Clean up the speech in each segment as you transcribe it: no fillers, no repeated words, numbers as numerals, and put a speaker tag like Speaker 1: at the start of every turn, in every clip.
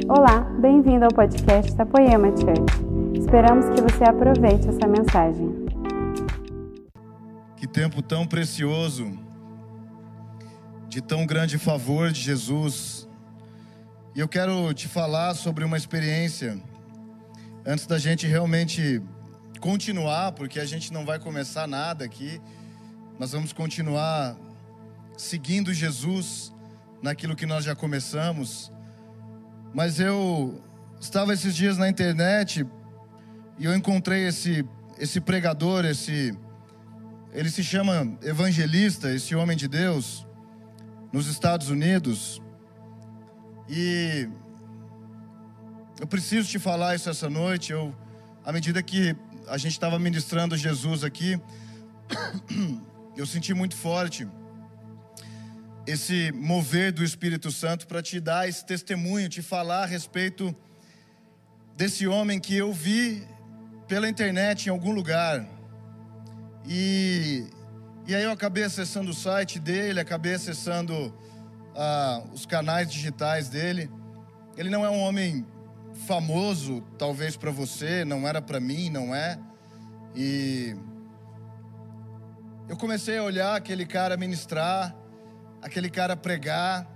Speaker 1: Olá, bem-vindo ao podcast da Poema Church. Esperamos que você aproveite essa mensagem.
Speaker 2: Que tempo tão precioso, de tão grande favor de Jesus. E eu quero te falar sobre uma experiência, antes da gente realmente continuar, porque a gente não vai começar nada aqui. Nós vamos continuar seguindo Jesus naquilo que nós já começamos. Mas eu estava esses dias na internet e eu encontrei esse pregador, ele se chama evangelista, esse homem de Deus, nos Estados Unidos. E eu preciso te falar isso essa noite. À medida que a gente estava ministrando Jesus aqui, eu senti muito forte esse mover do Espírito Santo para te dar esse testemunho, te falar a respeito desse homem que eu vi pela internet em algum lugar. E aí eu acabei acessando o site dele, acabei acessando os canais digitais dele. Ele não é um homem famoso, talvez para você, não era para mim, não é. E eu comecei a olhar aquele cara ministrar, aquele cara pregar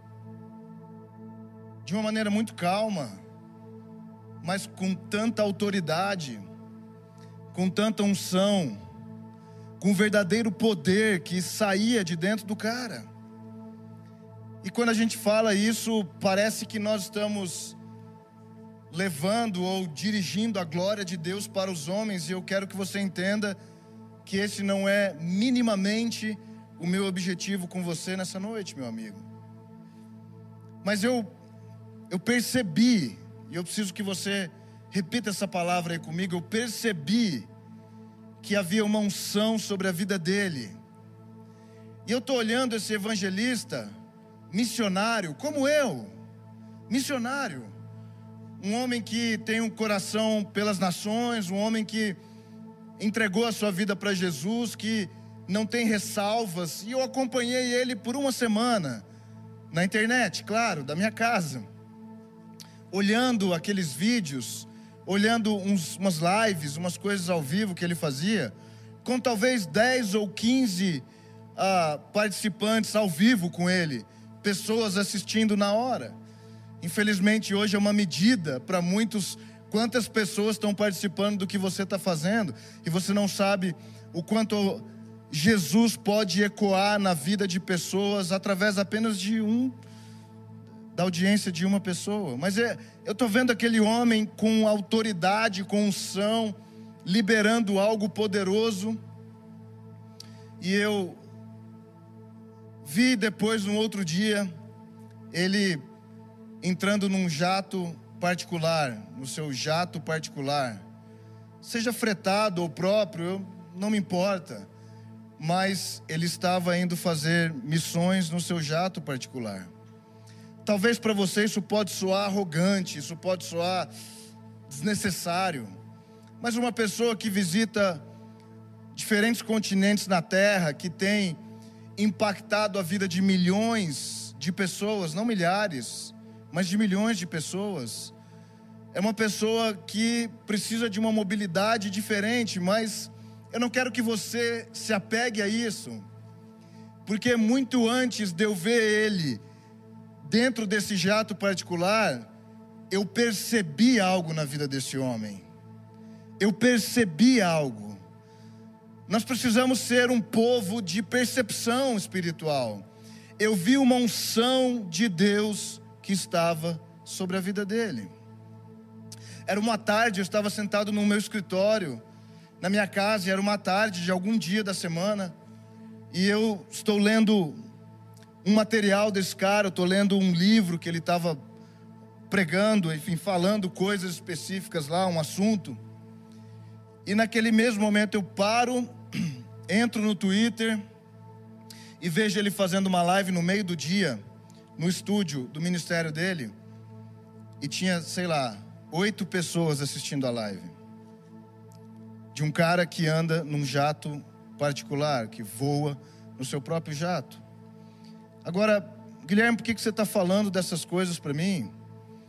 Speaker 2: de uma maneira muito calma, mas com tanta autoridade, com tanta unção, com verdadeiro poder que saía de dentro do cara. E quando a gente fala isso, parece que nós estamos levando ou dirigindo a glória de Deus para os homens, e eu quero que você entenda que esse não é minimamente o meu objetivo com você nessa noite, meu amigo. Mas eu percebi, e eu preciso que você repita essa palavra aí comigo, eu percebi que havia uma unção sobre a vida dele. E eu estou olhando esse evangelista, missionário, como eu, missionário, um homem que tem um coração pelas nações, um homem que entregou a sua vida para Jesus, que não tem ressalvas. E eu acompanhei ele por uma semana, na internet, claro, da minha casa, olhando aqueles vídeos, olhando umas lives, umas coisas ao vivo que ele fazia, com talvez 10 ou 15 participantes ao vivo com ele, pessoas assistindo na hora. Infelizmente hoje é uma medida para muitos, quantas pessoas estão participando do que você está fazendo, e você não sabe o quanto Jesus pode ecoar na vida de pessoas através apenas da audiência de uma pessoa. Mas eu estou vendo aquele homem com autoridade, com unção, liberando algo poderoso. E eu vi depois, num outro dia, ele entrando num jato particular, no seu jato particular, seja fretado ou próprio, não me importa. Mas ele estava indo fazer missões no seu jato particular. Talvez para você isso pode soar arrogante, isso pode soar desnecessário. Mas uma pessoa que visita diferentes continentes na Terra, que tem impactado a vida de milhões de pessoas, não milhares, mas de milhões de pessoas, é uma pessoa que precisa de uma mobilidade diferente, mas eu não quero que você se apegue a isso, porque muito antes de eu ver ele dentro desse jato particular, eu percebi algo na vida desse homem. Eu percebi algo. Nós precisamos ser um povo de percepção espiritual. Eu vi uma unção de Deus que estava sobre a vida dele. Era uma tarde, eu estava sentado no meu escritório, na minha casa, era uma tarde de algum dia da semana, e eu estou lendo um material desse cara, eu estou lendo um livro que ele estava pregando, enfim, falando coisas específicas lá, um assunto. E naquele mesmo momento eu paro, entro no Twitter e vejo ele fazendo uma live no meio do dia, no estúdio do ministério dele, e tinha, 8 pessoas assistindo a live. De um cara que anda num jato particular, que voa no seu próprio jato. Agora, Guilherme, por que você está falando dessas coisas para mim?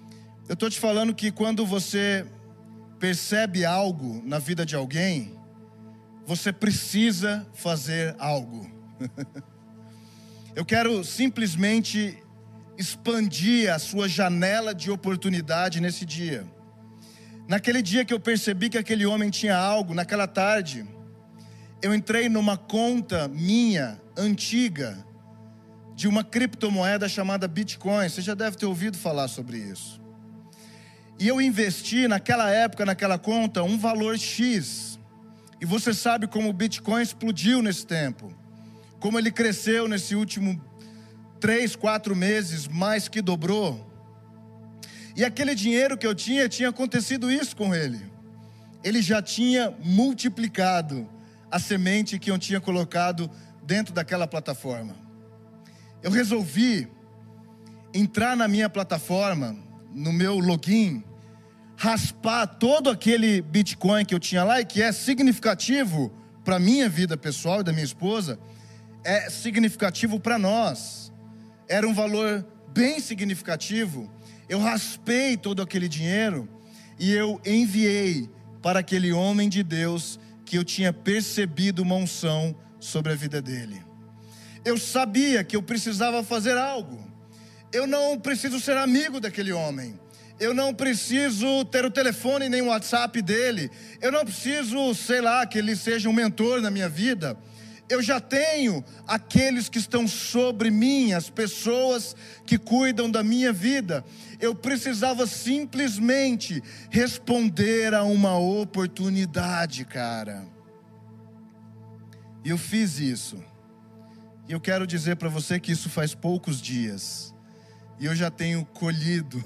Speaker 2: Eu estou te falando que quando você percebe algo na vida de alguém, você precisa fazer algo. Eu quero simplesmente expandir a sua janela de oportunidade nesse dia. Naquele dia que eu percebi que aquele homem tinha algo, naquela tarde, eu entrei numa conta minha, antiga, de uma criptomoeda chamada Bitcoin. Você já deve ter ouvido falar sobre isso. E eu investi naquela época, naquela conta, um valor X. E você sabe como o Bitcoin explodiu nesse tempo. Como ele cresceu nesse último 3, 4 meses, mais que dobrou. E aquele dinheiro que eu tinha acontecido isso com ele. Ele já tinha multiplicado a semente que eu tinha colocado dentro daquela plataforma. Eu resolvi entrar na minha plataforma, no meu login, raspar todo aquele Bitcoin que eu tinha lá e que é significativo para a minha vida pessoal e da minha esposa, é significativo para nós. Era um valor bem significativo. Eu raspei todo aquele dinheiro e eu enviei para aquele homem de Deus que eu tinha percebido uma unção sobre a vida dele. Eu sabia que eu precisava fazer algo. Eu não preciso ser amigo daquele homem. Eu não preciso ter o telefone nem o WhatsApp dele. Eu não preciso, que ele seja um mentor na minha vida. Eu já tenho aqueles que estão sobre mim, as pessoas que cuidam da minha vida. Eu precisava simplesmente responder a uma oportunidade, cara. E eu fiz isso. E eu quero dizer para você que isso faz poucos dias. E eu já tenho colhido.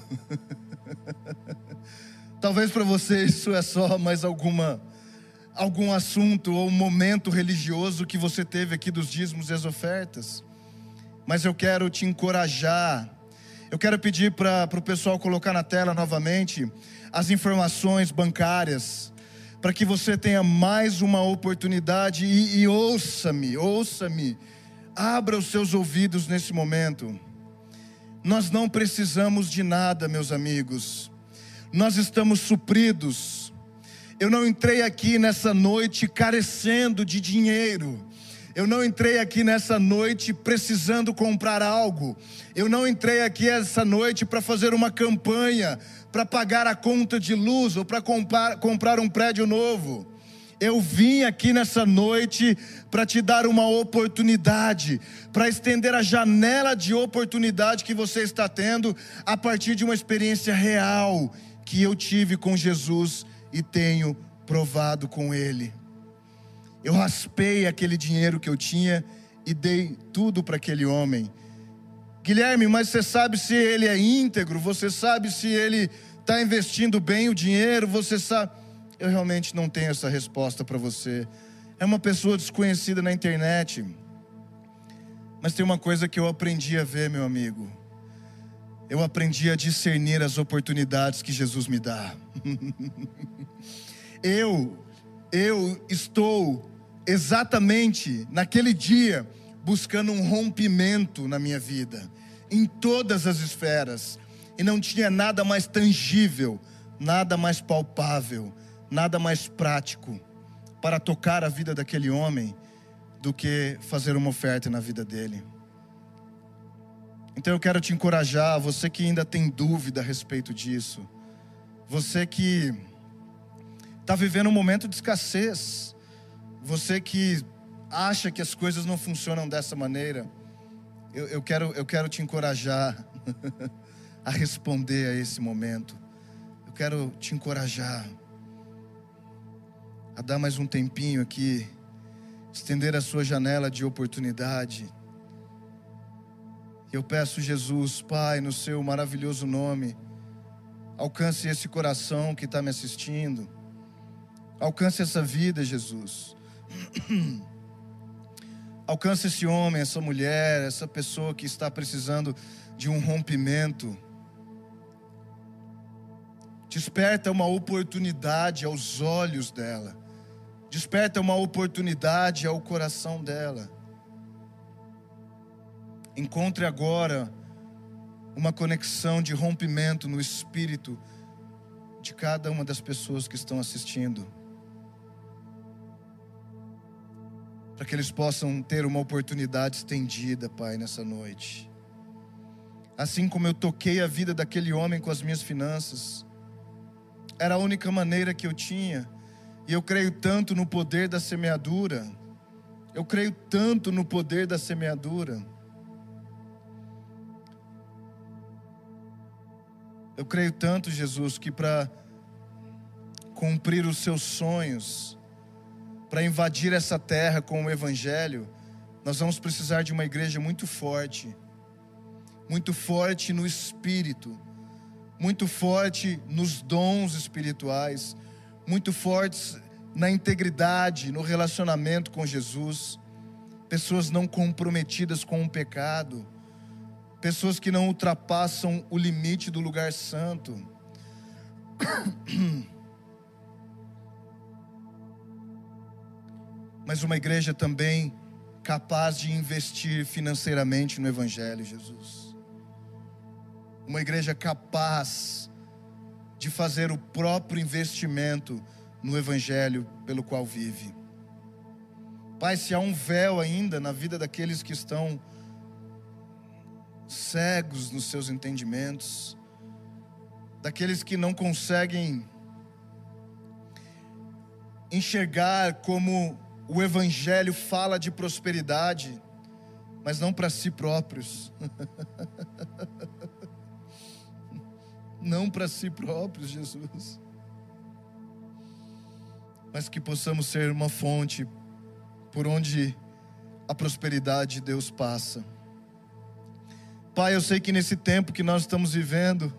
Speaker 2: Talvez para você isso é só mais algum assunto ou momento religioso que você teve aqui dos dízimos e as ofertas. Mas eu quero te encorajar. Eu quero pedir para o pessoal colocar na tela novamente as informações bancárias, para que você tenha mais uma oportunidade e ouça-me, abra os seus ouvidos nesse momento. Nós não precisamos de nada, meus amigos, nós estamos supridos. Eu não entrei aqui nessa noite carecendo de dinheiro. Eu não entrei aqui nessa noite precisando comprar algo. Eu não entrei aqui essa noite para fazer uma campanha, para pagar a conta de luz ou para comprar um prédio novo. Eu vim aqui nessa noite para te dar uma oportunidade, para estender a janela de oportunidade que você está tendo a partir de uma experiência real que eu tive com Jesus e tenho provado com Ele. Eu raspei aquele dinheiro que eu tinha e dei tudo para aquele homem. Guilherme, mas você sabe se ele é íntegro? Você sabe se ele está investindo bem o dinheiro? Você sabe? Eu realmente não tenho essa resposta para você. É uma pessoa desconhecida na internet. Mas tem uma coisa que eu aprendi a ver, meu amigo. Eu aprendi a discernir as oportunidades que Jesus me dá. Eu estou exatamente naquele dia buscando um rompimento na minha vida, em todas as esferas, e não tinha nada mais tangível, nada mais palpável, nada mais prático para tocar a vida daquele homem do que fazer uma oferta na vida dele. Então eu quero te encorajar, você que ainda tem dúvida a respeito disso, você que está vivendo um momento de escassez, você que acha que as coisas não funcionam dessa maneira, eu quero te encorajar a responder a esse momento. Eu quero te encorajar a dar mais um tempinho aqui, estender a sua janela de oportunidade. Eu peço, Jesus, Pai, no seu maravilhoso nome, alcance esse coração que está me assistindo, alcance essa vida, Jesus. Alcance esse homem, essa mulher, essa pessoa que está precisando de um rompimento. Desperta uma oportunidade aos olhos dela. Desperta uma oportunidade ao coração dela. Encontre agora uma conexão de rompimento no espírito de cada uma das pessoas que estão assistindo, para que eles possam ter uma oportunidade estendida, Pai, nessa noite. Assim como eu toquei a vida daquele homem com as minhas finanças, era a única maneira que eu tinha, e eu creio tanto no poder da semeadura, eu creio tanto no poder da semeadura, eu creio tanto, Jesus, que para cumprir os seus sonhos, para invadir essa terra com o Evangelho, nós vamos precisar de uma igreja muito forte no Espírito, muito forte nos dons espirituais, muito fortes na integridade, no relacionamento com Jesus, pessoas não comprometidas com o pecado, pessoas que não ultrapassam o limite do lugar santo. Mas uma igreja também capaz de investir financeiramente no Evangelho, Jesus. Uma igreja capaz de fazer o próprio investimento no Evangelho pelo qual vive. Pai, se há um véu ainda na vida daqueles que estão cegos nos seus entendimentos, daqueles que não conseguem enxergar como o Evangelho fala de prosperidade, mas não para si próprios. Não para si próprios, Jesus. Mas que possamos ser uma fonte por onde a prosperidade de Deus passa. Pai, eu sei que nesse tempo que nós estamos vivendo,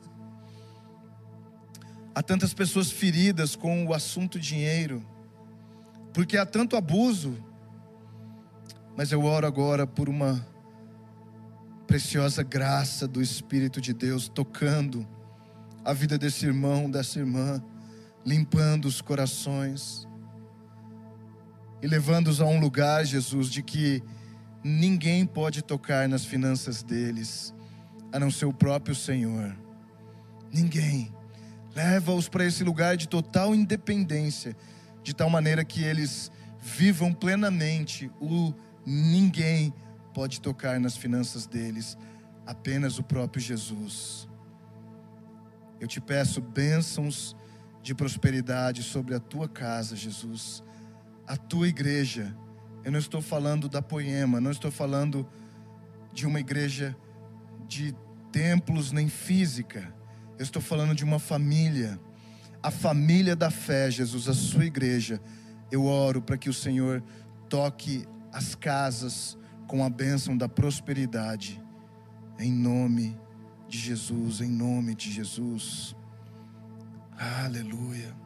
Speaker 2: há tantas pessoas feridas com o assunto dinheiro, porque há tanto abuso. Mas eu oro agora por uma preciosa graça do Espírito de Deus tocando a vida desse irmão, dessa irmã, limpando os corações e levando-os a um lugar, Jesus, de que ninguém pode tocar nas finanças deles, a não ser o próprio Senhor. Ninguém. Leva-os para esse lugar de total independência, de tal maneira que eles vivam plenamente o ninguém pode tocar nas finanças deles, apenas o próprio Jesus. Eu te peço bênçãos de prosperidade sobre a tua casa, Jesus, a tua igreja. Eu não estou falando da Poema, não estou falando de uma igreja de templos nem física. Eu estou falando de uma família, a família da fé, Jesus, a sua igreja. Eu oro para que o Senhor toque as casas com a bênção da prosperidade, em nome de Jesus, em nome de Jesus. Aleluia.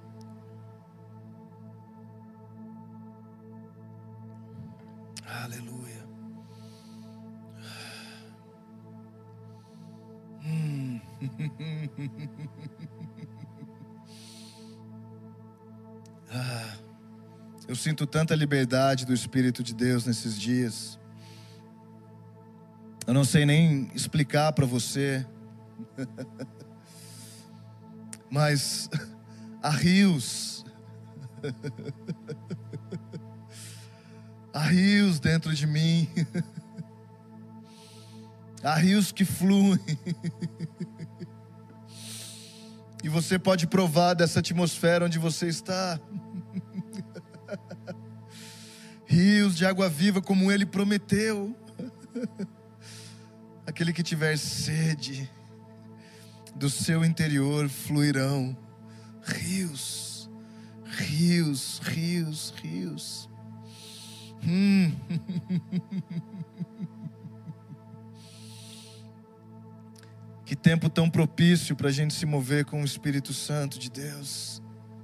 Speaker 2: Aleluia. Eu sinto tanta liberdade do Espírito de Deus nesses dias. Eu não sei nem explicar para você, mas há rios dentro de mim, há rios que fluem, e você pode provar dessa atmosfera onde você está. Rios de água viva como Ele prometeu. Aquele que tiver sede, do seu interior fluirão rios, rios, rios, rios. Que tempo tão propício para a gente se mover com o Espírito Santo de Deus.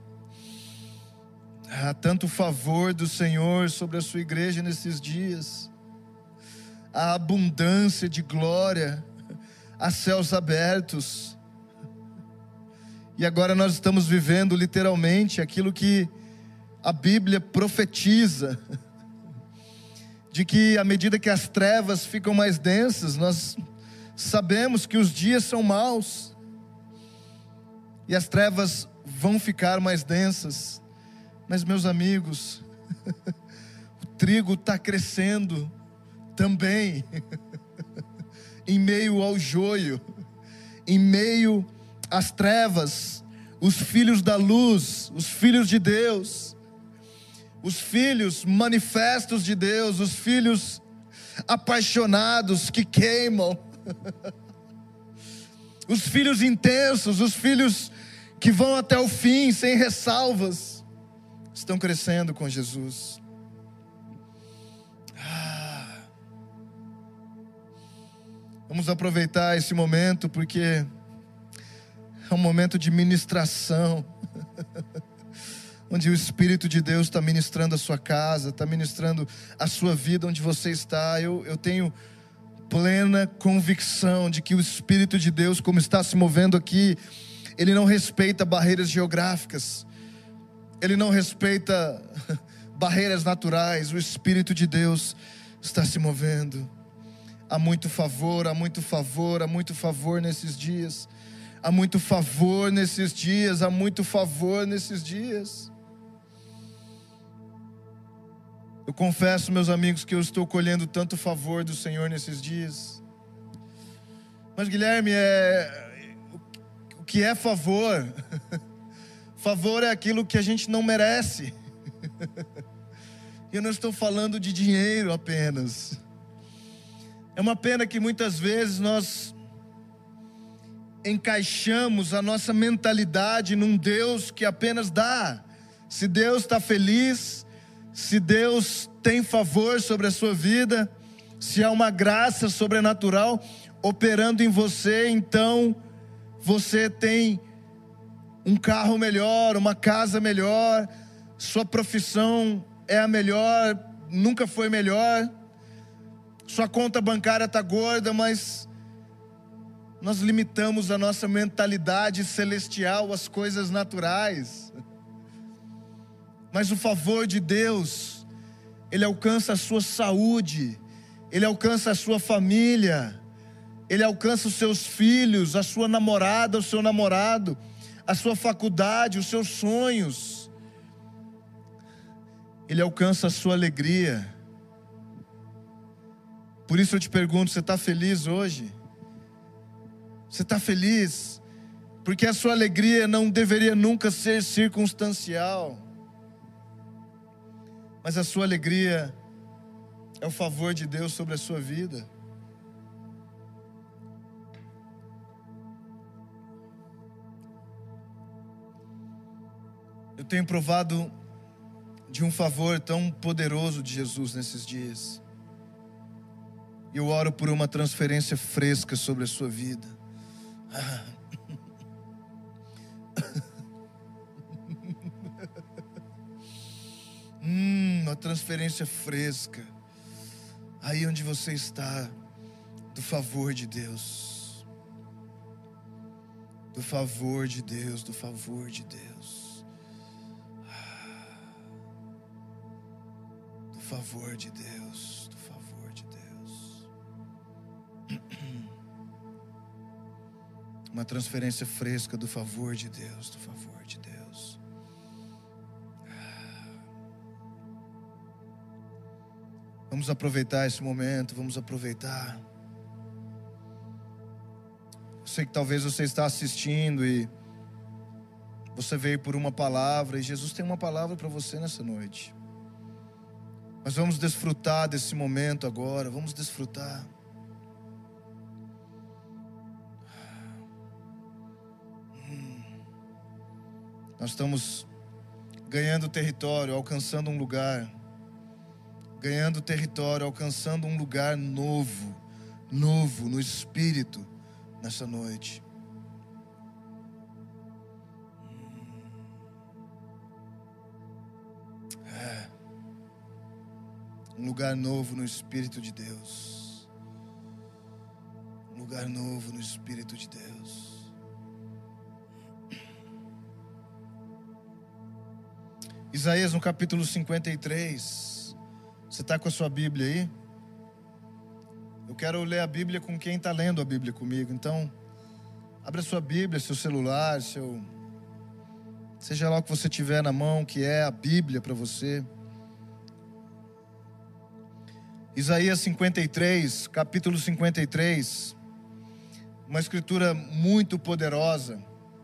Speaker 2: Há tanto favor do Senhor sobre a sua igreja nesses dias. A abundância de glória, a céus abertos. E agora nós estamos vivendo literalmente aquilo que a Bíblia profetiza, de que à medida que as trevas ficam mais densas, nós sabemos que os dias são maus e as trevas vão ficar mais densas. Mas, meus amigos, o trigo está crescendo também, em meio ao joio, em meio às trevas. Os filhos da luz, os filhos de Deus, os filhos manifestos de Deus, os filhos apaixonados que queimam, os filhos intensos, os filhos que vão até o fim sem ressalvas, estão crescendo com Jesus. Vamos aproveitar esse momento, porque é um momento de ministração, onde o Espírito de Deus está ministrando a sua casa, está ministrando a sua vida onde você está. Eu tenho plena convicção de que o Espírito de Deus, como está se movendo aqui, Ele não respeita barreiras geográficas, Ele não respeita barreiras naturais. O Espírito de Deus está se movendo. Há muito favor, há muito favor, há muito favor nesses dias. Há muito favor nesses dias, há muito favor nesses dias. Eu confesso, meus amigos, que eu estou colhendo tanto favor do Senhor nesses dias. Mas, Guilherme, o que é favor? Favor é aquilo que a gente não merece. Eu não estou falando de dinheiro apenas. É uma pena que muitas vezes nós encaixamos a nossa mentalidade num Deus que apenas dá. Se Deus está feliz, se Deus tem favor sobre a sua vida, se há uma graça sobrenatural operando em você, então você tem um carro melhor, uma casa melhor, sua profissão é a melhor, nunca foi melhor, sua conta bancária está gorda, mas nós limitamos a nossa mentalidade celestial às coisas naturais. Mas o favor de Deus, Ele alcança a sua saúde, Ele alcança a sua família, Ele alcança os seus filhos, a sua namorada, o seu namorado, a sua faculdade, os seus sonhos. Ele alcança a sua alegria. Por isso eu te pergunto, você está feliz hoje? Você está feliz? Porque a sua alegria não deveria nunca ser circunstancial. Mas a sua alegria é o favor de Deus sobre a sua vida. Eu tenho provado de um favor tão poderoso de Jesus nesses dias. E eu oro por uma transferência fresca sobre a sua vida. Uma transferência fresca. Aí onde você está, do favor de Deus. Do favor de Deus, do favor de Deus. Do favor de Deus, do favor de Deus. Uma transferência fresca do favor de Deus, do favor de Deus. Vamos aproveitar esse momento, vamos aproveitar. Eu sei que talvez você está assistindo e você veio por uma palavra, e Jesus tem uma palavra para você nessa noite. Mas vamos desfrutar desse momento agora, vamos desfrutar. Nós estamos ganhando território, alcançando um lugar. Ganhando território, alcançando um lugar novo. Novo no Espírito nessa noite. Um lugar novo no Espírito de Deus. Um lugar novo no Espírito de Deus. Isaías no capítulo 53. Você está com a sua Bíblia aí? Eu quero ler a Bíblia com quem está lendo a Bíblia comigo. Então, abra sua Bíblia, seu celular, seja lá o que você tiver na mão, que é a Bíblia para você. Isaías 53, capítulo 53, uma escritura muito poderosa,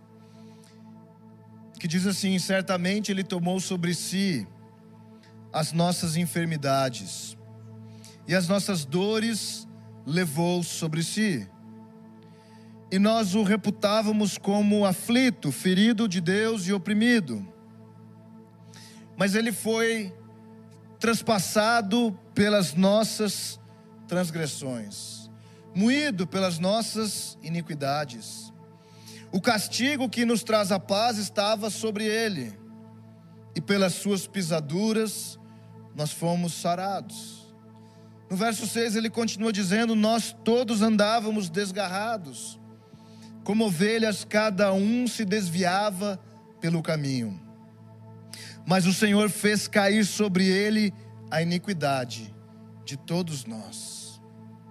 Speaker 2: que diz assim: certamente Ele tomou sobre si as nossas enfermidades, e as nossas dores levou sobre si. E nós o reputávamos como aflito, ferido de Deus e oprimido. Mas Ele foi traspassado pelas nossas transgressões, moído pelas nossas iniquidades. O castigo que nos traz a paz estava sobre Ele, e pelas suas pisaduras nós fomos sarados. No verso 6 ele continua dizendo: nós todos andávamos desgarrados, como ovelhas, cada um se desviava pelo caminho. Mas o Senhor fez cair sobre ele a iniquidade de todos nós.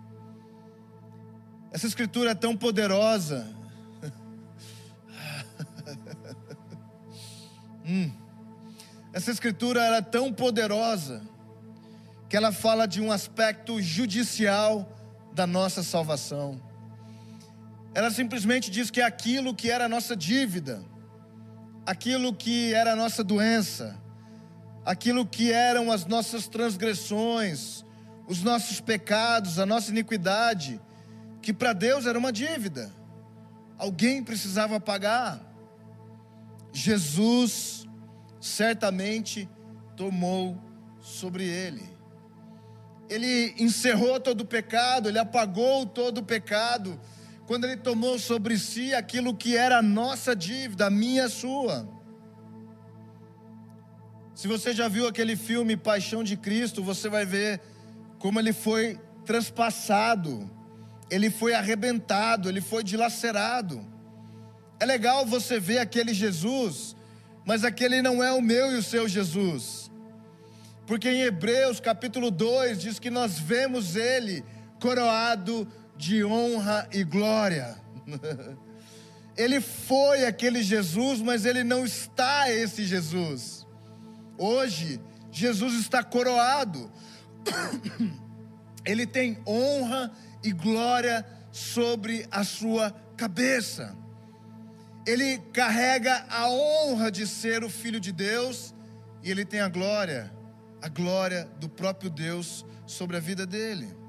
Speaker 2: Essa escritura é tão poderosa. Essa escritura era tão poderosa que ela fala de um aspecto judicial da nossa salvação. Ela simplesmente diz que aquilo que era a nossa dívida, aquilo que era a nossa doença, aquilo que eram as nossas transgressões, os nossos pecados, a nossa iniquidade, que para Deus era uma dívida, alguém precisava pagar. Jesus certamente tomou sobre ele. Ele encerrou todo o pecado, ele apagou todo o pecado, quando ele tomou sobre si aquilo que era a nossa dívida, a minha e a sua. Se você já viu aquele filme Paixão de Cristo, você vai ver como ele foi transpassado, ele foi arrebentado, ele foi dilacerado. É legal você ver aquele Jesus, mas aquele não é o meu e o seu Jesus. Porque em Hebreus capítulo 2 diz que nós vemos ele coroado de honra e glória. Ele foi aquele Jesus, mas ele não está esse Jesus. Hoje, Jesus está coroado. Ele tem honra e glória sobre a sua cabeça. Ele carrega a honra de ser o Filho de Deus, e ele tem a glória do próprio Deus sobre a vida dele.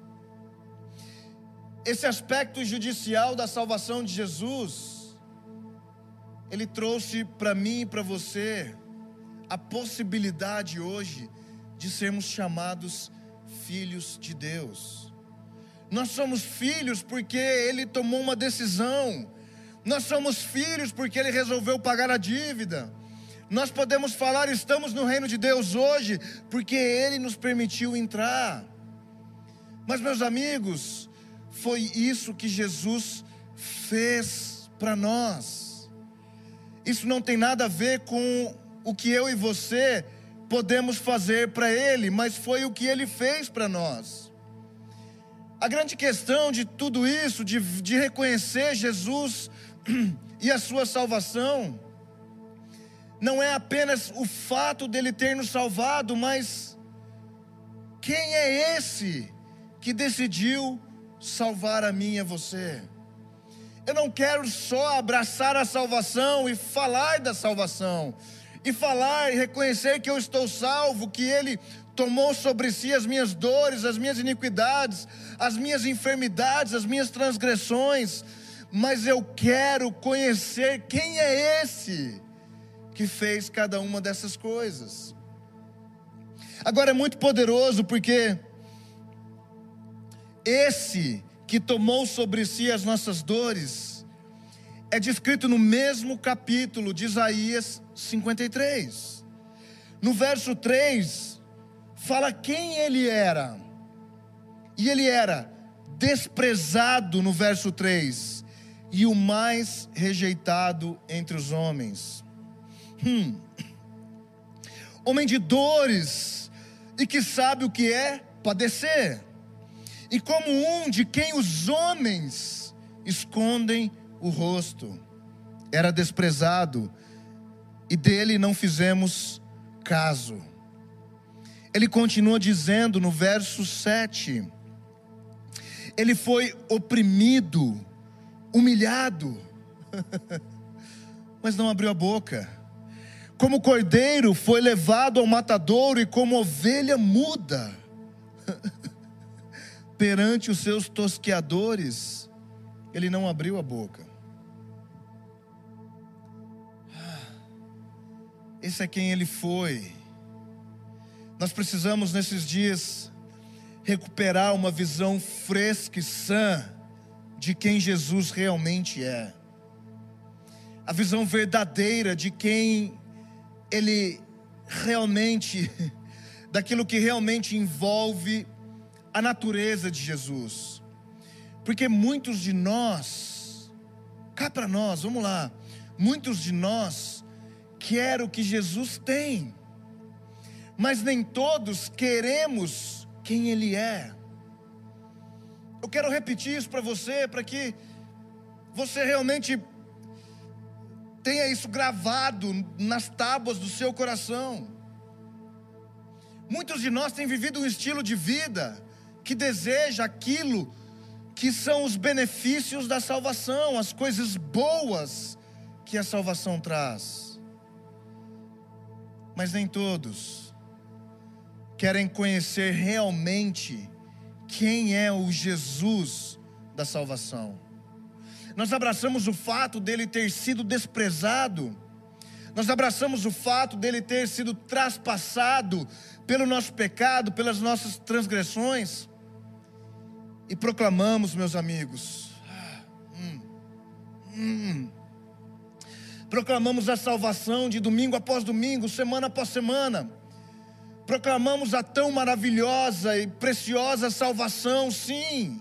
Speaker 2: Esse aspecto judicial da salvação de Jesus, ele trouxe para mim e para você a possibilidade hoje de sermos chamados filhos de Deus. Nós somos filhos porque ele tomou uma decisão. Nós somos filhos porque ele resolveu pagar a dívida. Nós podemos falar: estamos no reino de Deus hoje porque ele nos permitiu entrar. Mas, meus amigos, foi isso que Jesus fez para nós. Isso não tem nada a ver com o que eu e você podemos fazer para ele, mas foi o que ele fez para nós. A grande questão de tudo isso, de reconhecer Jesus e a sua salvação, não é apenas o fato dele ter nos salvado, mas quem é esse que decidiu salvar a mim e a você? Eu não quero só abraçar a salvação e falar da salvação, e falar e reconhecer que eu estou salvo, que ele tomou sobre si as minhas dores, as minhas iniquidades, as minhas enfermidades, as minhas transgressões, mas eu quero conhecer quem é esse que fez cada uma dessas coisas. Agora é muito poderoso, porque esse que tomou sobre si as nossas dores é descrito no mesmo capítulo de Isaías 53. No verso 3, fala quem ele era. E ele era desprezado, no verso 3, e o mais rejeitado entre os homens. Homem de dores, e que sabe o que é padecer. e como um de quem os homens escondem o rosto. Era desprezado e dele não fizemos caso. Ele continua dizendo no verso 7, ele foi oprimido, humilhado, mas não abriu a boca. Como cordeiro foi levado ao matadouro e como ovelha muda perante os seus tosqueadores, ele não abriu a boca. Esse é quem ele foi. Nós precisamos nesses dias recuperar uma visão fresca e sã de quem Jesus realmente é. A visão verdadeira de quem ele realmente, daquilo que realmente envolve a natureza de Jesus. Porque muitos de nós, cá para nós, vamos lá, muitos de nós querem o que Jesus tem, mas nem todos queremos quem ele é. Eu quero repetir isso para você, para que você realmente tenha isso gravado nas tábuas do seu coração. Muitos de nós têm vivido um estilo de vida que deseja aquilo que são os benefícios da salvação, as coisas boas que a salvação traz. Mas nem todos querem conhecer realmente quem é o Jesus da salvação. Nós abraçamos o fato dele ter sido desprezado, nós abraçamos o fato dele ter sido traspassado pelo nosso pecado, pelas nossas transgressões, e proclamamos, meus amigos, proclamamos a salvação de domingo após domingo, semana após semana. Proclamamos a tão maravilhosa e preciosa salvação, sim.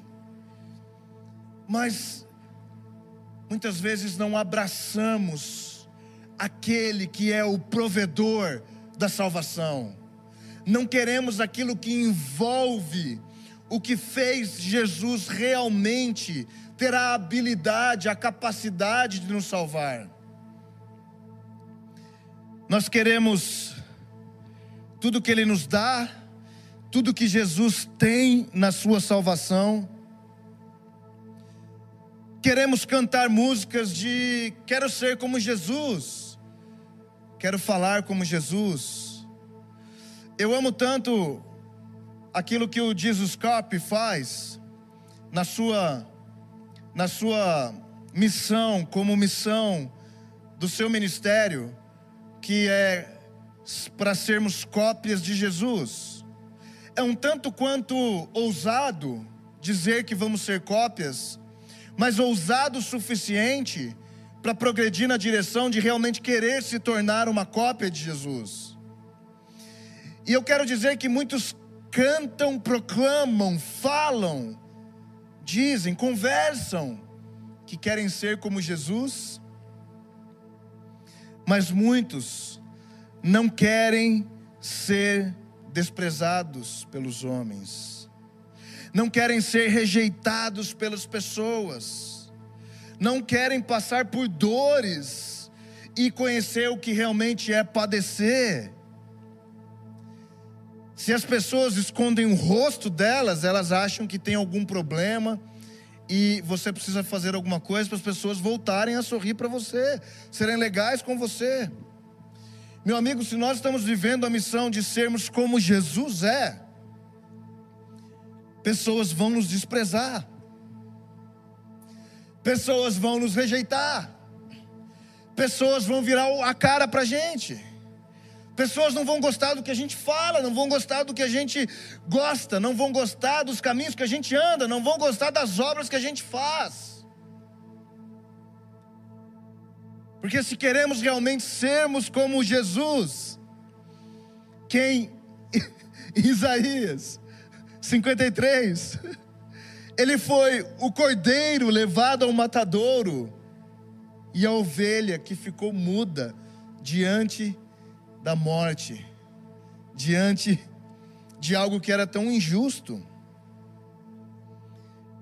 Speaker 2: Mas muitas vezes não abraçamos aquele que é o provedor da salvação. Não queremos aquilo que envolve o que fez Jesus realmente ter a habilidade, a capacidade de nos salvar. Nós queremos tudo que ele nos dá, tudo que Jesus tem na sua salvação. Queremos cantar músicas de quero ser como Jesus, quero falar como Jesus. Eu amo tanto aquilo que o Jesus Cop faz na sua missão, como missão do seu ministério, que é para sermos cópias de Jesus. É um tanto quanto ousado dizer que vamos ser cópias, mas ousado o suficiente para progredir na direção de realmente querer se tornar uma cópia de Jesus. E eu quero dizer que muitos cantam, proclamam, falam, dizem, conversam que querem ser como Jesus, mas muitos não querem ser desprezados pelos homens, não querem ser rejeitados pelas pessoas, não querem passar por dores e conhecer o que realmente é padecer. Se as pessoas escondem o rosto delas, elas acham que tem algum problema e você precisa fazer alguma coisa para as pessoas voltarem a sorrir para você, serem legais com você. Meu amigo, se nós estamos vivendo a missão de sermos como Jesus é, pessoas vão nos desprezar, pessoas vão nos rejeitar, pessoas vão virar a cara para a gente, pessoas não vão gostar do que a gente fala, não vão gostar do que a gente gosta, não vão gostar dos caminhos que a gente anda, não vão gostar das obras que a gente faz. Porque se queremos realmente sermos como Jesus, quem em Isaías 53, ele foi o cordeiro levado ao matadouro e a ovelha que ficou muda diante da morte, diante de algo que era tão injusto.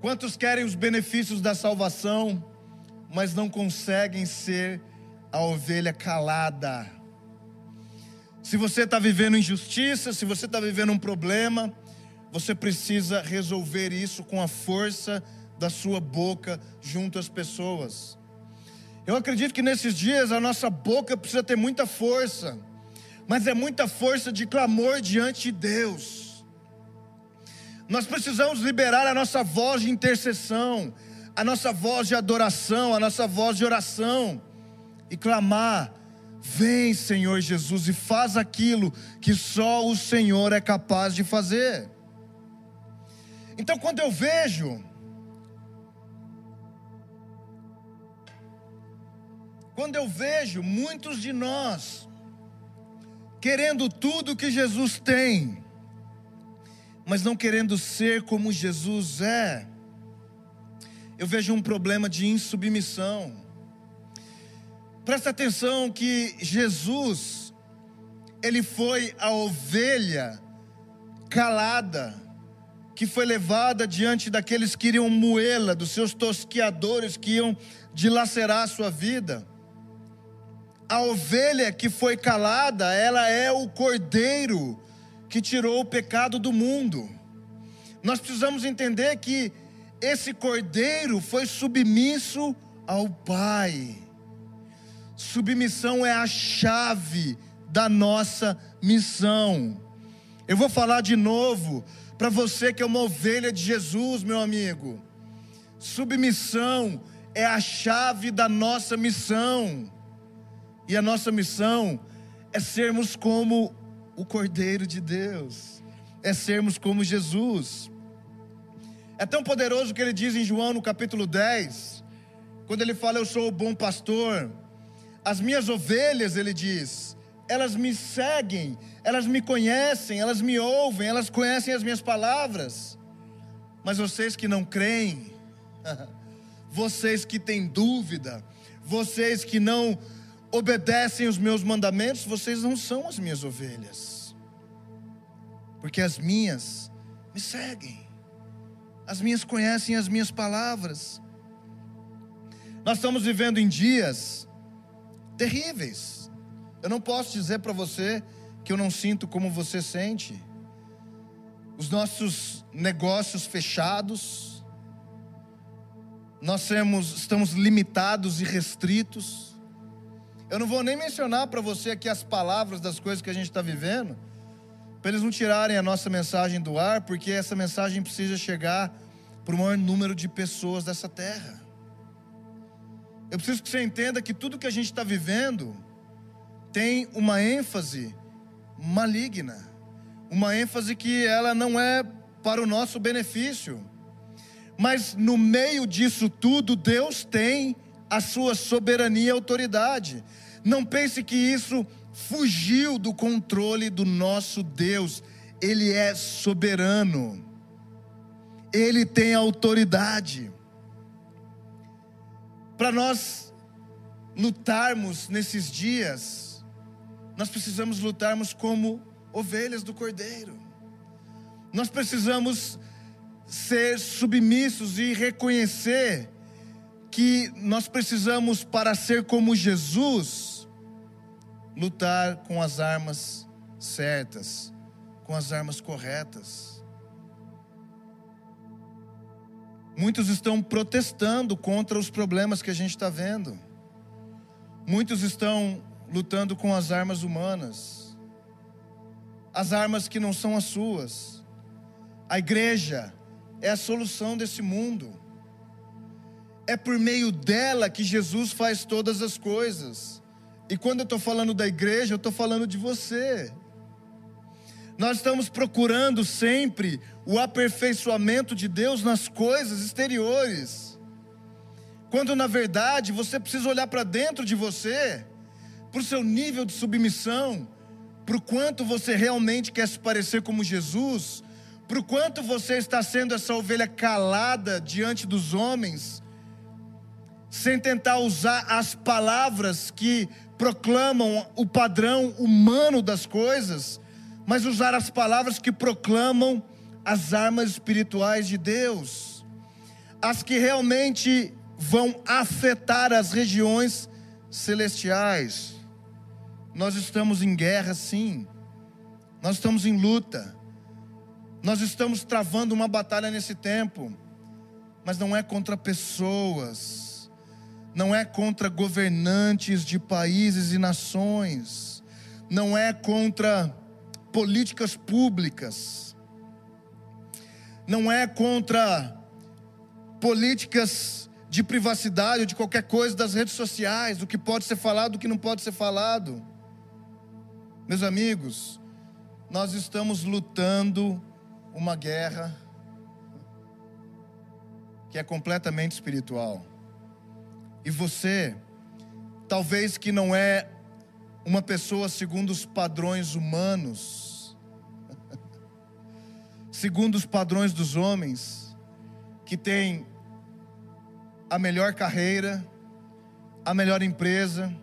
Speaker 2: Quantos querem os benefícios da salvação, mas não conseguem ser a ovelha calada? Se você está vivendo injustiça, se você está vivendo um problema, você precisa resolver isso com a força da sua boca junto às pessoas. Eu acredito que nesses dias a nossa boca precisa ter muita força, mas é muita força de clamor diante de Deus. Nós precisamos liberar a nossa voz de intercessão, a nossa voz de adoração, a nossa voz de oração e clamar: vem, Senhor Jesus, e faz aquilo que só o Senhor é capaz de fazer. Então, quando eu vejo muitos de nós querendo tudo que Jesus tem, mas não querendo ser como Jesus é, eu vejo um problema de insubmissão. Presta atenção que Jesus, Ele foi a ovelha calada, que foi levada diante daqueles que iriam moê-la, dos seus tosqueadores que iam dilacerar a sua vida. A ovelha que foi calada, ela é o cordeiro que tirou o pecado do mundo. Nós precisamos entender que esse cordeiro foi submisso ao Pai. Submissão é a chave da nossa missão. Eu vou falar de novo para você que é uma ovelha de Jesus, meu amigo. Submissão é a chave da nossa missão. E a nossa missão é sermos como o Cordeiro de Deus, é sermos como Jesus. É tão poderoso que ele diz em João no capítulo 10, quando ele fala: eu sou o bom pastor, as minhas ovelhas, ele diz, elas me seguem, elas me conhecem, elas me ouvem, elas conhecem as minhas palavras. Mas vocês que não creem, vocês que têm dúvida, vocês que não obedecem os meus mandamentos, vocês não são as minhas ovelhas, porque as minhas me seguem, as minhas conhecem as minhas palavras. Nós estamos vivendo em dias terríveis. Eu não posso dizer para você que eu não sinto como você sente. Os nossos negócios fechados, nós estamos limitados e restritos. Eu não vou nem mencionar para você aqui as palavras das coisas que a gente está vivendo, para eles não tirarem a nossa mensagem do ar, porque essa mensagem precisa chegar para o maior número de pessoas dessa terra. Eu preciso que você entenda que tudo que a gente está vivendo tem uma ênfase maligna, uma ênfase que ela não é para o nosso benefício, mas no meio disso tudo, Deus tem a sua soberania e autoridade. Não pense que isso fugiu do controle do nosso Deus. Ele é soberano, Ele tem autoridade. Para nós lutarmos nesses dias, nós precisamos lutarmos como ovelhas do Cordeiro. Nós precisamos ser submissos e reconhecer que nós precisamos, para ser como Jesus, lutar com as armas certas, com as armas corretas. Muitos estão protestando contra os problemas que a gente está vendo. Muitos estão lutando com as armas humanas, as armas que não são as suas. A igreja é a solução desse mundo. É por meio dela que Jesus faz todas as coisas. E quando eu estou falando da igreja, eu estou falando de você. Nós estamos procurando sempre o aperfeiçoamento de Deus nas coisas exteriores, quando na verdade você precisa olhar para dentro de você, para o seu nível de submissão, para o quanto você realmente quer se parecer como Jesus, para o quanto você está sendo essa ovelha calada diante dos homens, sem tentar usar as palavras que proclamam o padrão humano das coisas, mas usar as palavras que proclamam as armas espirituais de Deus. as que realmente vão afetar as regiões celestiais. Nós estamos em guerra, sim. Nós estamos em luta. Nós estamos travando uma batalha nesse tempo. Mas não é contra pessoas. Não é contra governantes de países e nações. Não é contra políticas públicas. Não é contra políticas de privacidade ou de qualquer coisa das redes sociais, do que pode ser falado, do que não pode ser falado. Meus amigos, nós estamos lutando uma guerra que é completamente espiritual. E você, talvez que não é uma pessoa segundo os padrões humanos, segundo os padrões dos homens, que tem a melhor carreira, a melhor empresa,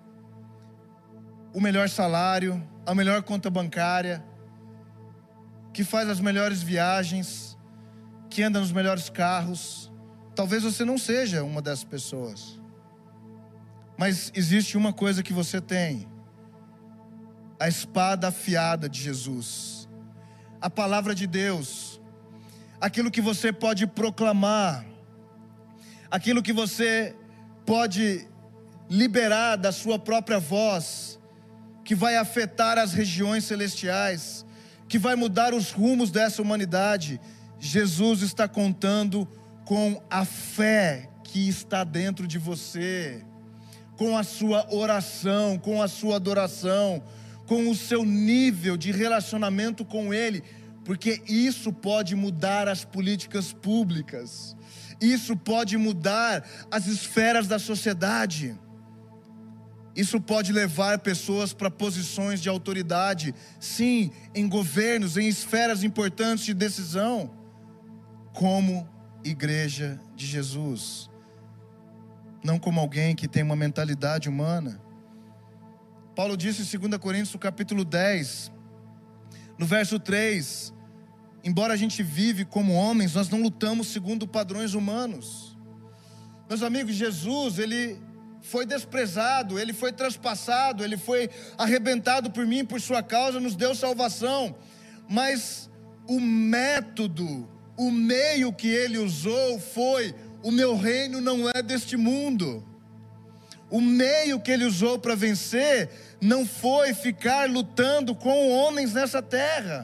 Speaker 2: o melhor salário, a melhor conta bancária, que faz as melhores viagens, que anda nos melhores carros. Talvez você não seja uma dessas pessoas. Mas existe uma coisa que você tem: a espada afiada de Jesus, a palavra de Deus, aquilo que você pode proclamar, aquilo que você pode liberar da sua própria voz, que vai afetar as regiões celestiais, que vai mudar os rumos dessa humanidade. Jesus está contando com a fé que está dentro de você, com a sua oração, com a sua adoração, com o seu nível de relacionamento com Ele, porque isso pode mudar as políticas públicas, isso pode mudar as esferas da sociedade, isso pode levar pessoas para posições de autoridade, sim, em governos, em esferas importantes de decisão, como igreja de Jesus, não como alguém que tem uma mentalidade humana. Paulo disse em 2 Coríntios, no capítulo 10, no verso 3, embora a gente vive como homens, nós não lutamos segundo padrões humanos. Meus amigos, Jesus, Ele foi desprezado, Ele foi traspassado, Ele foi arrebentado por mim, por sua causa, nos deu salvação. Mas o método, o meio que Ele usou foi: o meu reino não é deste mundo. O meio que Ele usou para vencer não foi ficar lutando com homens nessa terra.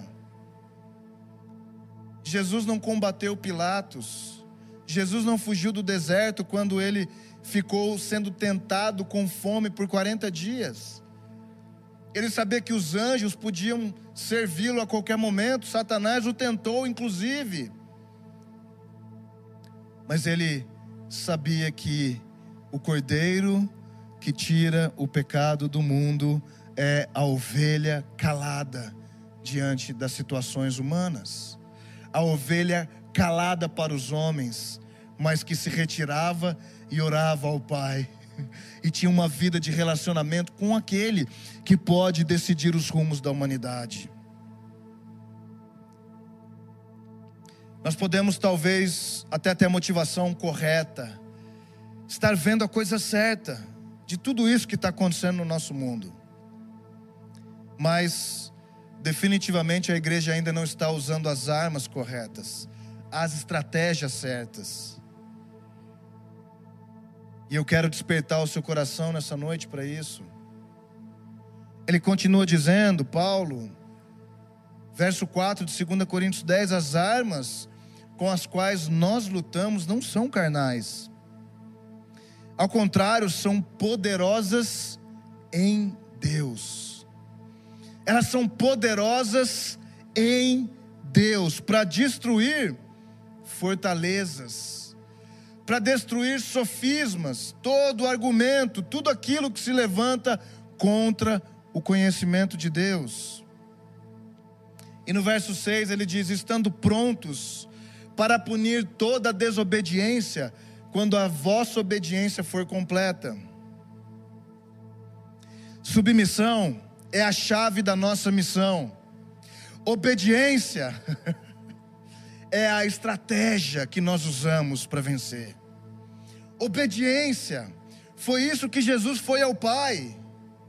Speaker 2: Jesus não combateu Pilatos. Jesus não fugiu do deserto quando Ele ficou sendo tentado com fome por 40 dias. Ele sabia que os anjos podiam servi-lo a qualquer momento. Satanás o tentou, inclusive. Mas Ele sabia que o Cordeiro que tira o pecado do mundo é a ovelha calada diante das situações humanas. A ovelha calada para os homens, mas que se retirava e orava ao Pai, e tinha uma vida de relacionamento com aquele que pode decidir os rumos da humanidade. Nós podemos talvez até ter a motivação correta, estar vendo a coisa certa de tudo isso que está acontecendo no nosso mundo, mas definitivamente a igreja ainda não está usando as armas corretas, as estratégias certas. E eu quero despertar o seu coração nessa noite para isso. Ele continua dizendo, Paulo, verso 4 de 2 Coríntios 10, as armas com as quais nós lutamos não são carnais. Ao contrário, são poderosas em Deus. Elas são poderosas em Deus para destruir fortalezas, para destruir sofismas, todo argumento, tudo aquilo que se levanta contra o conhecimento de Deus. E no verso 6 ele diz: estando prontos para punir toda a desobediência, quando a vossa obediência for completa. Submissão é a chave da nossa missão. Obediência é a estratégia que nós usamos para vencer. Obediência, foi isso que Jesus foi ao Pai.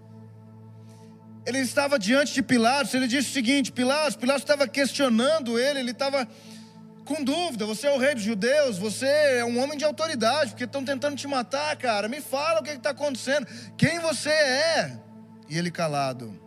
Speaker 2: Ele estava diante de Pilatos, ele disse o seguinte: Pilatos estava questionando ele estava com dúvida. Você é o rei dos judeus, você é um homem de autoridade, porque estão tentando te matar, cara. Me fala o que está acontecendo, quem você é? E ele calado.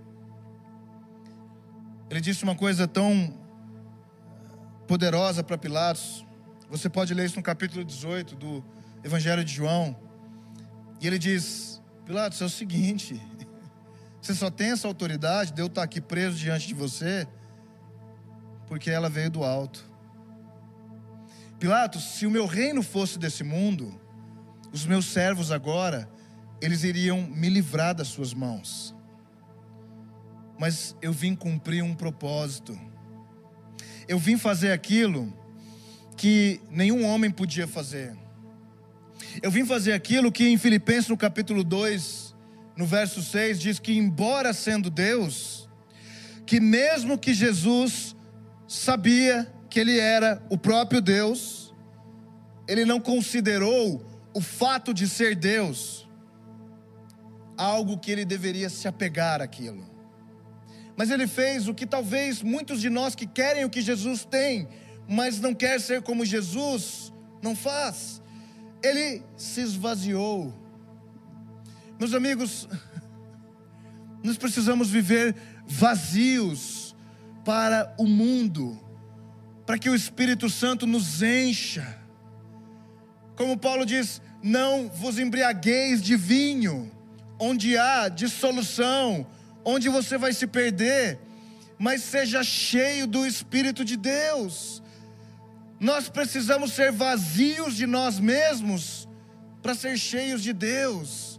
Speaker 2: Ele disse uma coisa tão poderosa para Pilatos. Você pode ler isso no capítulo 18 do Evangelho de João. E ele diz: Pilatos, é o seguinte, você só tem essa autoridade de eu estar aqui preso diante de você porque ela veio do alto. Pilatos, se o meu reino fosse desse mundo, os meus servos agora, eles iriam me livrar das suas mãos. Mas eu vim cumprir um propósito. Eu vim fazer aquilo que nenhum homem podia fazer. Eu vim fazer aquilo que em Filipenses no capítulo 2, no verso 6, diz que embora sendo Deus, que mesmo que Jesus sabia que ele era o próprio Deus, ele não considerou o fato de ser Deus algo que ele deveria se apegar àquilo. Mas ele fez o que talvez muitos de nós que querem o que Jesus tem, mas não quer ser como Jesus, não faz. Ele se esvaziou. Meus amigos, nós precisamos viver vazios para o mundo, para que o Espírito Santo nos encha. Como Paulo diz: não vos embriagueis de vinho, onde há dissolução, onde você vai se perder, mas seja cheio do Espírito de Deus. Nós precisamos ser vazios de nós mesmos para ser cheios de Deus.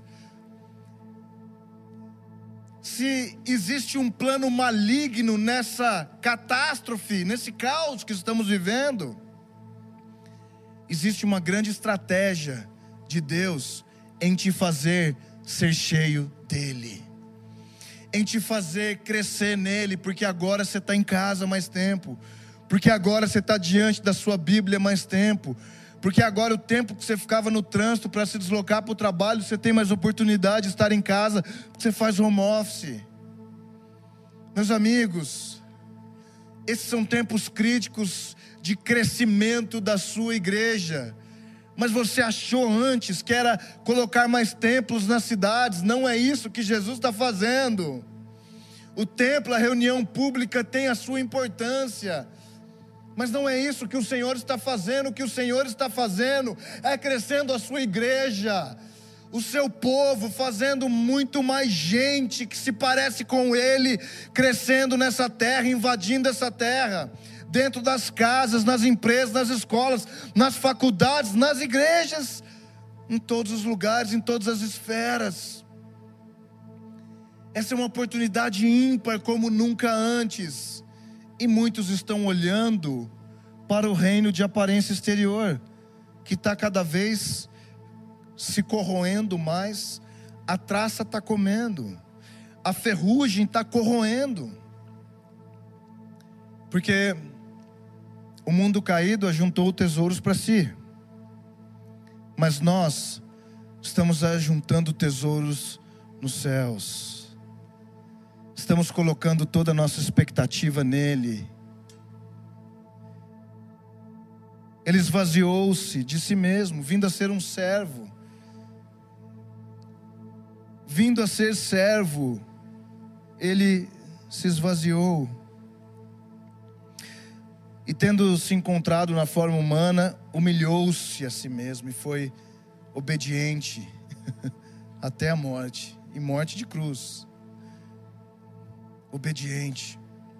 Speaker 2: Se existe um plano maligno nessa catástrofe, nesse caos que estamos vivendo, existe uma grande estratégia de Deus em te fazer ser cheio dEle, em te fazer crescer nele, porque agora você está em casa mais tempo, porque agora você está diante da sua Bíblia mais tempo, porque agora o tempo que você ficava no trânsito para se deslocar para o trabalho, você tem mais oportunidade de estar em casa, porque você faz home office. Meus amigos, esses são tempos críticos de crescimento da sua igreja. Mas você achou antes que era colocar mais templos nas cidades. Não é isso que Jesus está fazendo. O templo, a reunião pública tem a sua importância, mas não é isso que o Senhor está fazendo. O que o Senhor está fazendo é crescendo a sua igreja, o seu povo, fazendo muito mais gente que se parece com Ele, crescendo nessa terra, invadindo essa terra, dentro das casas, nas empresas, nas escolas, nas faculdades, nas igrejas, em todos os lugares, em todas as esferas. Essa é uma oportunidade ímpar como nunca antes. E muitos estão olhando para o reino de aparência exterior, que está cada vez se corroendo mais. A traça está comendo, a ferrugem está corroendo, porque o mundo caído ajuntou tesouros para si, mas nós estamos ajuntando tesouros nos céus. Estamos colocando toda a nossa expectativa nele. Ele esvaziou-se de si mesmo, vindo a ser um servo. Vindo a ser servo, ele se esvaziou. E tendo se encontrado na forma humana, humilhou-se a si mesmo e foi obediente até a morte, e morte de cruz. Obediente.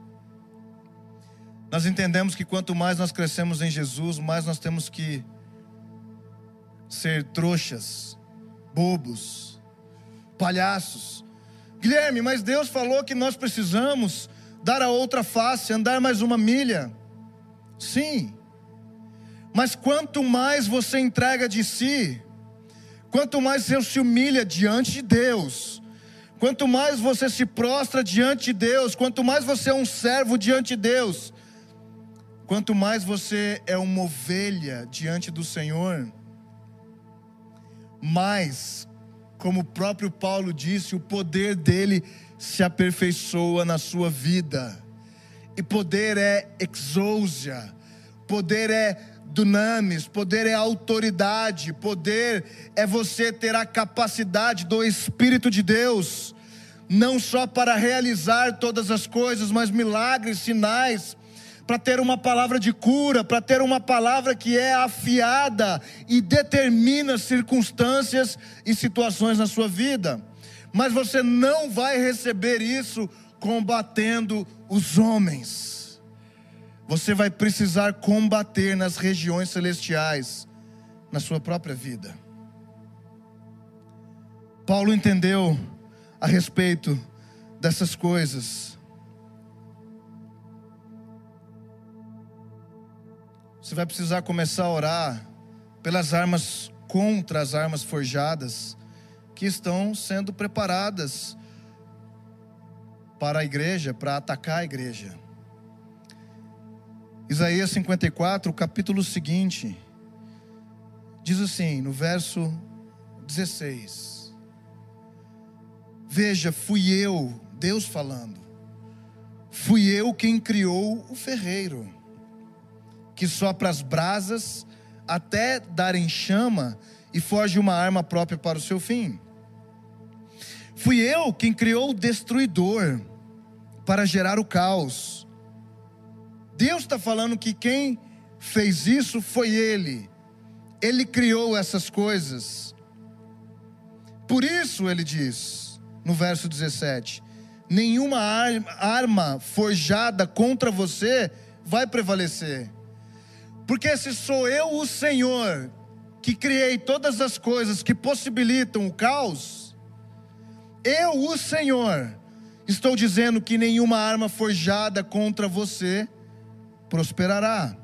Speaker 2: Nós entendemos que quanto mais nós crescemos em Jesus, mais nós temos que ser trouxas, bobos, palhaços. Guilherme, mas Deus falou que nós precisamos dar a outra face, andar mais uma milha. Sim, mas quanto mais você entrega de si, quanto mais você se humilha diante de Deus, quanto mais você se prostra diante de Deus, quanto mais você é um servo diante de Deus, quanto mais você é uma ovelha diante do Senhor, mais, como o próprio Paulo disse, o poder dele se aperfeiçoa na sua vida. E poder é exousia, poder é dunamis, poder é autoridade, poder é você ter a capacidade do Espírito de Deus, não só para realizar todas as coisas, mas milagres, sinais, para ter uma palavra de cura, para ter uma palavra que é afiada e determina circunstâncias e situações na sua vida. Mas você não vai receber isso combatendo os homens. Você vai precisar combater nas regiões celestiais, na sua própria vida. Paulo entendeu a respeito dessas coisas. Você vai precisar começar a orar pelas armas, contra as armas forjadas que estão sendo preparadas para a igreja, para atacar a igreja. Isaías 54, o capítulo seguinte, diz assim, no verso 16: Veja, fui eu, Deus falando, fui eu quem criou o ferreiro, que sopra as brasas até darem chama e forge uma arma própria para o seu fim. Fui eu quem criou o destruidor para gerar o caos. Deus está falando que quem fez isso foi Ele. Ele criou essas coisas. Por isso ele diz, no verso 17: nenhuma arma forjada contra você vai prevalecer. Porque se sou eu o Senhor, que criei todas as coisas que possibilitam o caos, eu, o Senhor, estou dizendo que nenhuma arma forjada contra você prosperará.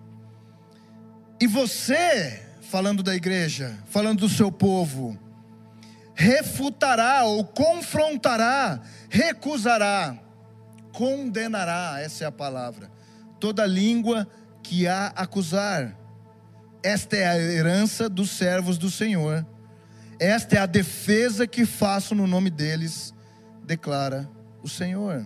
Speaker 2: E você, falando da igreja, falando do seu povo, refutará ou confrontará, recusará, condenará, essa é a palavra, toda língua que a acusar. Esta é a herança dos servos do Senhor. Esta é a defesa que faço no nome deles, declara o Senhor.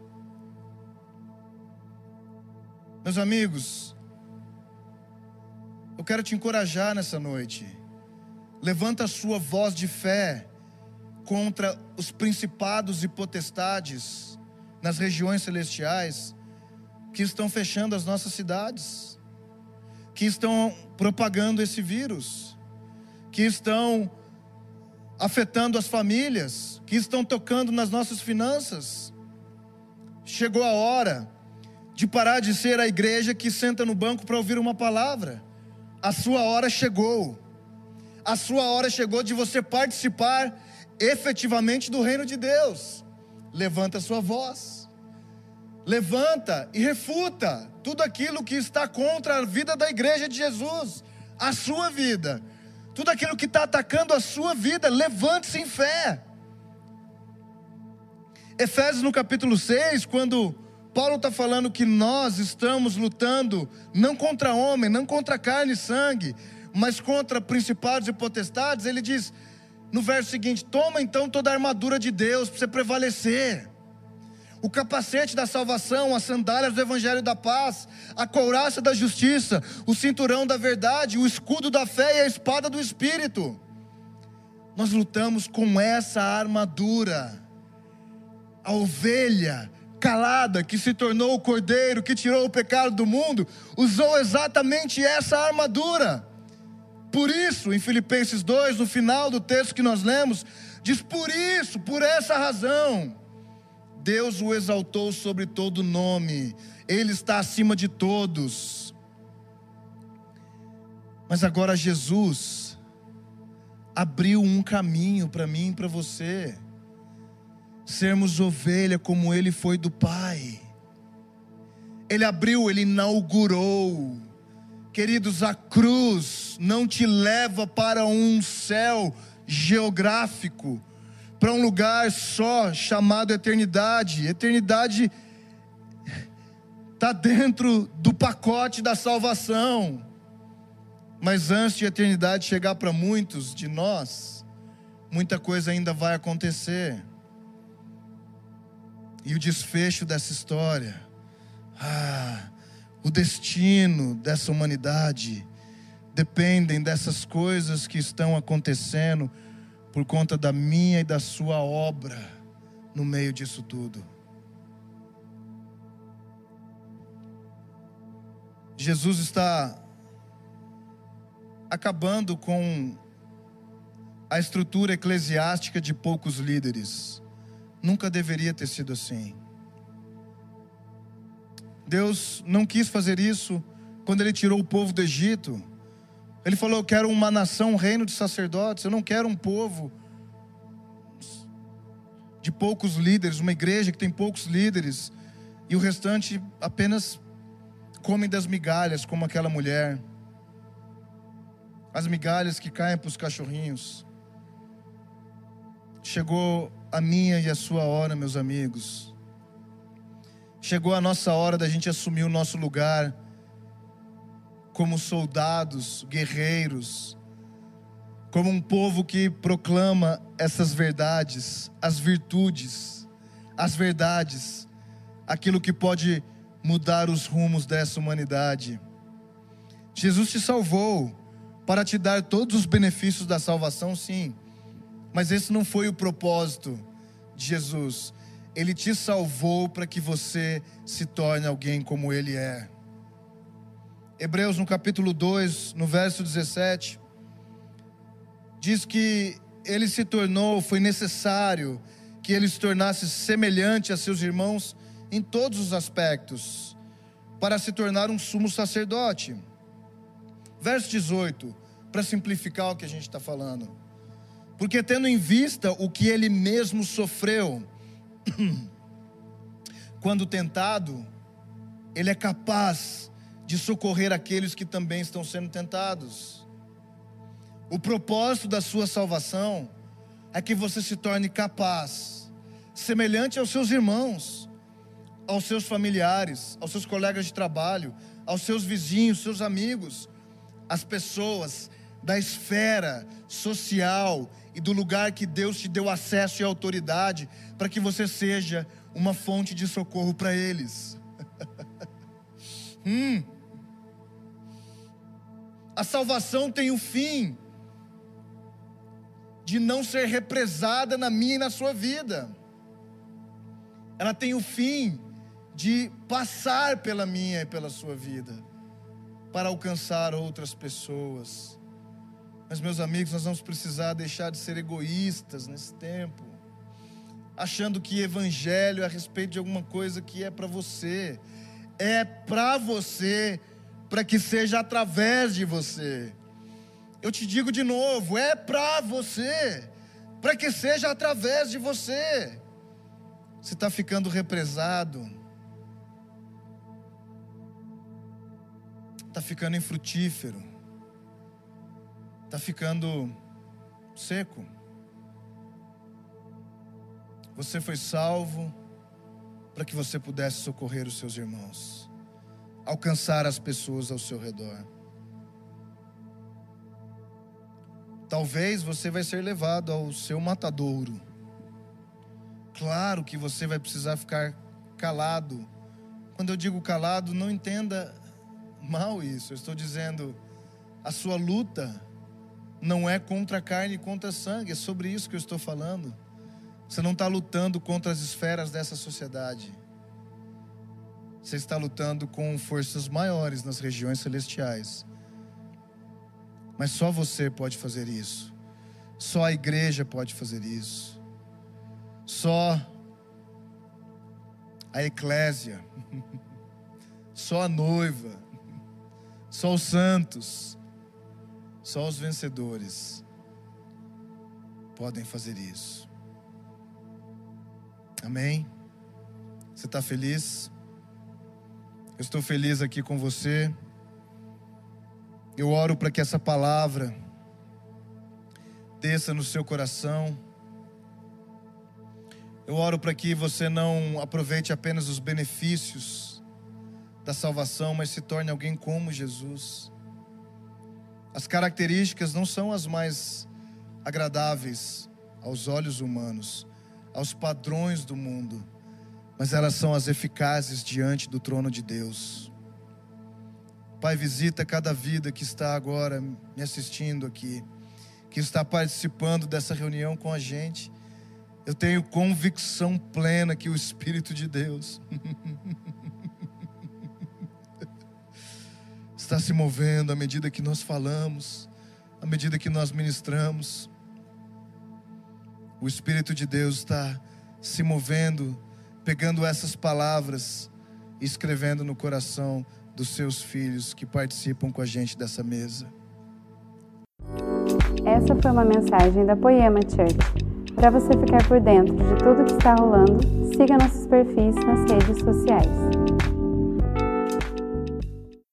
Speaker 2: Meus amigos, eu quero te encorajar nessa noite. Levanta a sua voz de fé contra os principados e potestades nas regiões celestiais que estão fechando as nossas cidades, que estão propagando esse vírus, que estão afetando as famílias, que estão tocando nas nossas finanças. Chegou a hora de parar de ser a igreja que senta no banco para ouvir uma palavra. A sua hora chegou. A sua hora chegou de você participar efetivamente do reino de Deus. Levanta a sua voz. Levanta e refuta tudo aquilo que está contra a vida da igreja de Jesus, a sua vida. Tudo aquilo que está atacando a sua vida, levante-se em fé. Efésios no capítulo 6, quando Paulo está falando que nós estamos lutando não contra homem, não contra carne e sangue, mas contra principados e potestades, ele diz no verso seguinte: toma então toda a armadura de Deus para você prevalecer. O capacete da salvação, as sandálias do evangelho da paz, a couraça da justiça, o cinturão da verdade, o escudo da fé e a espada do Espírito. Nós lutamos com essa armadura. A ovelha calada que se tornou o cordeiro, que tirou o pecado do mundo, usou exatamente essa armadura. Por isso, em Filipenses 2, no final do texto que nós lemos, diz: por isso, por essa razão, Deus o exaltou sobre todo nome, Ele está acima de todos. Mas agora Jesus abriu um caminho para mim e para você, sermos ovelha como Ele foi do Pai. Ele abriu, Ele inaugurou. Queridos, a cruz não te leva para um céu geográfico, para um lugar só chamado eternidade. Eternidade está dentro do pacote da salvação. Mas antes de a eternidade chegar para muitos de nós, muita coisa ainda vai acontecer. E o desfecho dessa história, o destino dessa humanidade, dependem dessas coisas que estão acontecendo por conta da minha e da sua obra no meio disso tudo. Jesus está acabando com a estrutura eclesiástica de poucos líderes. Nunca deveria ter sido assim. Deus não quis fazer isso quando Ele tirou o povo do Egito. Ele falou: eu quero uma nação, um reino de sacerdotes. Eu não quero um povo de poucos líderes, uma igreja que tem poucos líderes e o restante apenas comem das migalhas, como aquela mulher. As migalhas que caem para os cachorrinhos. Chegou a minha e a sua hora, meus amigos. Chegou a nossa hora da gente assumir o nosso lugar como soldados, guerreiros, como um povo que proclama essas verdades, as virtudes, as verdades, aquilo que pode mudar os rumos dessa humanidade. Jesus te salvou para te dar todos os benefícios da salvação, sim, mas esse não foi o propósito de Jesus. Ele te salvou para que você se torne alguém como Ele é. Hebreus no capítulo 2, no verso 17, diz que Ele se tornou, foi necessário que Ele se tornasse semelhante a seus irmãos em todos os aspectos, para se tornar um sumo sacerdote. Verso 18, para simplificar o que a gente está falando. Porque tendo em vista o que Ele mesmo sofreu, quando tentado, Ele é capaz de socorrer aqueles que também estão sendo tentados. O propósito da sua salvação é que você se torne capaz, semelhante aos seus irmãos, aos seus familiares, aos seus colegas de trabalho, aos seus vizinhos, seus amigos, as pessoas da esfera social e do lugar que Deus te deu acesso e autoridade, para que você seja uma fonte de socorro para eles. A salvação tem o fim de não ser represada na minha e na sua vida. Ela tem o fim de passar pela minha e pela sua vida, para alcançar outras pessoas. Mas, meus amigos, nós vamos precisar deixar de ser egoístas nesse tempo, achando que evangelho é a respeito de alguma coisa que é para você. É para você, para que seja através de você. Eu te digo de novo, é para você, para que seja através de você. Você está ficando represado, está ficando infrutífero, está ficando seco. Você foi salvo para que você pudesse socorrer os seus irmãos, alcançar as pessoas ao seu redor. Talvez você vai ser levado ao seu matadouro. Claro que você vai precisar ficar calado. Quando eu digo calado, não entenda mal isso. Eu estou dizendo, a sua luta não é contra a carne e contra sangue. É sobre isso que eu estou falando. Você não está lutando contra as esferas dessa sociedade. Você está lutando com forças maiores nas regiões celestiais. Mas só você pode fazer isso. Só a igreja pode fazer isso. Só a eclésia. Só a noiva. Só os santos. Só os vencedores podem fazer isso. Amém? Você está feliz? Eu estou feliz aqui com você. Eu oro para que essa palavra desça no seu coração. Eu oro para que você não aproveite apenas os benefícios da salvação, mas se torne alguém como Jesus. As características não são as mais agradáveis aos olhos humanos, aos padrões do mundo, mas elas são as eficazes diante do trono de Deus. Pai, visita cada vida que está agora me assistindo aqui, que está participando dessa reunião com a gente. Eu tenho convicção plena que o Espírito de Deus está se movendo à medida que nós falamos, à medida que nós ministramos. O Espírito de Deus está se movendo, pegando essas palavras e escrevendo no coração dos seus filhos que participam com a gente dessa mesa.
Speaker 1: Essa foi uma mensagem da Poema Church. Para você ficar por dentro de tudo que está rolando, siga nossos perfis nas redes sociais.